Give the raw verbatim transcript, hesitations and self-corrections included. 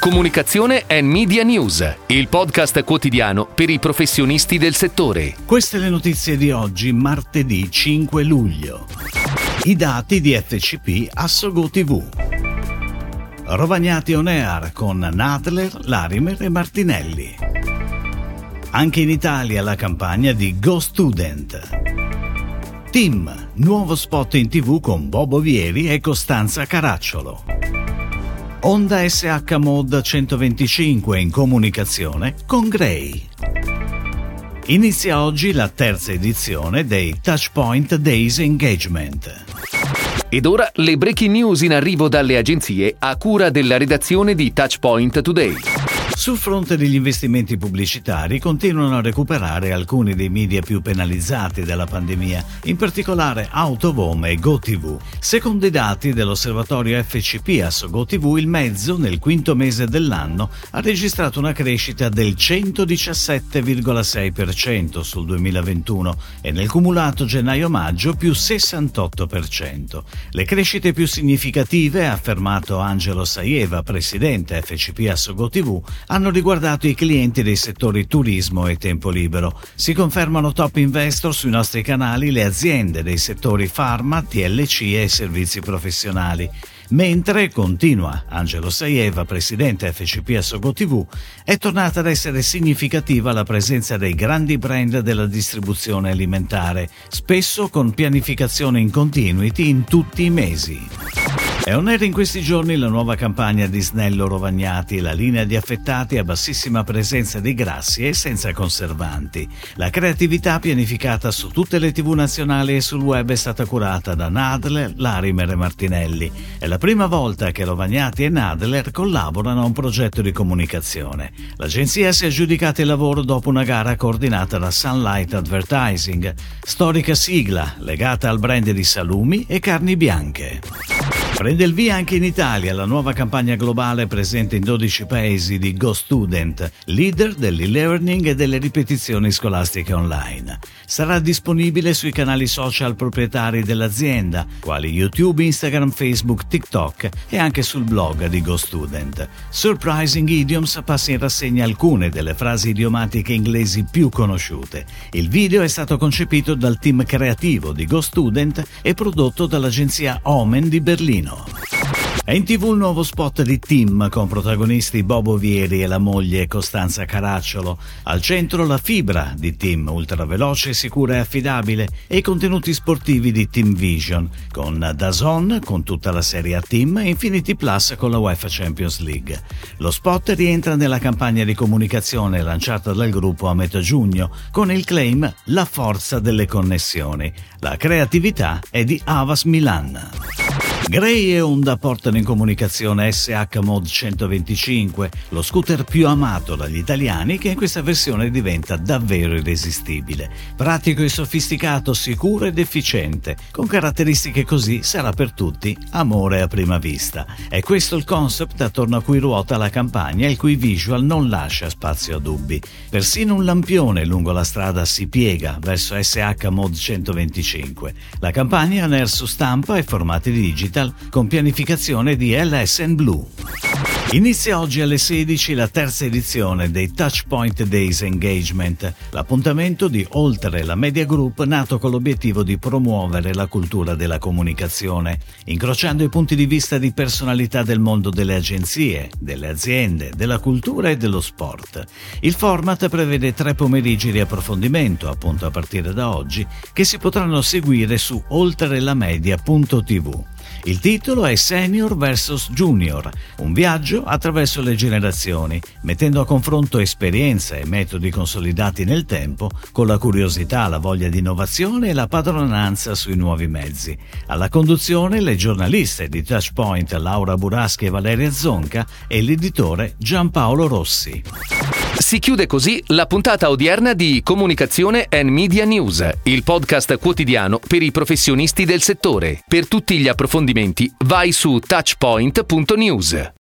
Comunicazione and Media News, il podcast quotidiano per i professionisti del settore. Queste le notizie di oggi, martedì cinque luglio. I dati di F C P a Sogo tivù. Rovagnati on air con Nadler, Larimer e Martinelli. Anche in Italia la campagna di Go Student. Team, nuovo spot in tivù con Bobo Vieri e Costanza Caracciolo. Honda S H Mod centoventicinque in comunicazione con Gray. Inizia oggi la terza edizione dei Touchpoint Days Engagement. Ed ora le breaking news in arrivo dalle agenzie a cura della redazione di Touchpoint Today. Sul fronte degli investimenti pubblicitari continuano a recuperare alcuni dei media più penalizzati dalla pandemia, in particolare Out of Home e GoTV. Secondo i dati dell'osservatorio F C P a Sogo tivù, il mezzo nel quinto mese dell'anno ha registrato una crescita del centodiciassette virgola sei per cento sul duemilaventuno e nel cumulato gennaio-maggio più sessantotto per cento. Le crescite più significative, ha affermato Angelo Saieva, presidente F C P a Sogo tivù, hanno riguardato i clienti dei settori turismo e tempo libero. Si confermano top investor sui nostri canali le aziende dei settori pharma, T L C e servizi professionali. Mentre, continua Angelo Saieva, presidente F C P a Sogo tivù, è tornata ad essere significativa la presenza dei grandi brand della distribuzione alimentare, spesso con pianificazione in continuity in tutti i mesi. È on air in questi giorni la nuova campagna di Snello Rovagnati, la linea di affettati a bassissima presenza di grassi e senza conservanti. La creatività pianificata su tutte le tivù nazionali e sul web è stata curata da Nadler, Larimer e Martinelli. È la prima volta che Rovagnati e Nadler collaborano a un progetto di comunicazione. L'agenzia si è aggiudicata il lavoro dopo una gara coordinata da Sunlight Advertising, storica sigla legata al brand di salumi e carni bianche. Prende il via anche in Italia la nuova campagna globale presente in dodici paesi di Go Student, leader dell'e-learning e delle ripetizioni scolastiche online. Sarà disponibile sui canali social proprietari dell'azienda, quali YouTube, Instagram, Facebook, TikTok e anche sul blog di Go Student. Surprising Idioms passa in rassegna alcune delle frasi idiomatiche inglesi più conosciute. Il video è stato concepito dal team creativo di Go Student e prodotto dall'agenzia Omen di Berlino. È in tivù il nuovo spot di Team con protagonisti Bobo Vieri e la moglie Costanza Caracciolo. Al centro la fibra di Team, ultraveloce, sicura e affidabile, e i contenuti sportivi di Team Vision, con D A Z N con tutta la Serie A Team e Infinity Plus con la UEFA Champions League. Lo spot rientra nella campagna di comunicazione lanciata dal gruppo a metà giugno con il claim La forza delle connessioni. La creatività è di Havas Milan. Gray e Honda portano in comunicazione S H Mod centoventicinque, lo scooter più amato dagli italiani che in questa versione diventa davvero irresistibile. Pratico e sofisticato, sicuro ed efficiente, con caratteristiche così sarà per tutti amore a prima vista. È questo il concept attorno a cui ruota la campagna, il cui visual non lascia spazio a dubbi. Persino un lampione lungo la strada si piega verso S H Mod centoventicinque. La campagna è on air su stampa e formati digital con pianificazione di L S N Blue. Inizia oggi alle sedici la terza edizione dei Touchpoint Days Engagement, l'appuntamento di Oltre la Media Group nato con l'obiettivo di promuovere la cultura della comunicazione, incrociando i punti di vista di personalità del mondo delle agenzie, delle aziende, della cultura e dello sport. Il format prevede tre pomeriggi di approfondimento, appunto a partire da oggi, che si potranno seguire su oltrelamedia punto tivù. Il titolo è Senior versus Junior, un viaggio attraverso le generazioni, mettendo a confronto esperienza e metodi consolidati nel tempo con la curiosità, la voglia di innovazione e la padronanza sui nuovi mezzi. Alla conduzione le giornaliste di Touchpoint Laura Buraschi e Valeria Zonca e l'editore Giampaolo Rossi. Si chiude così la puntata odierna di Comunicazione and Media News, il podcast quotidiano per i professionisti del settore. Per tutti gli approfondimenti vai su touchpoint punto news.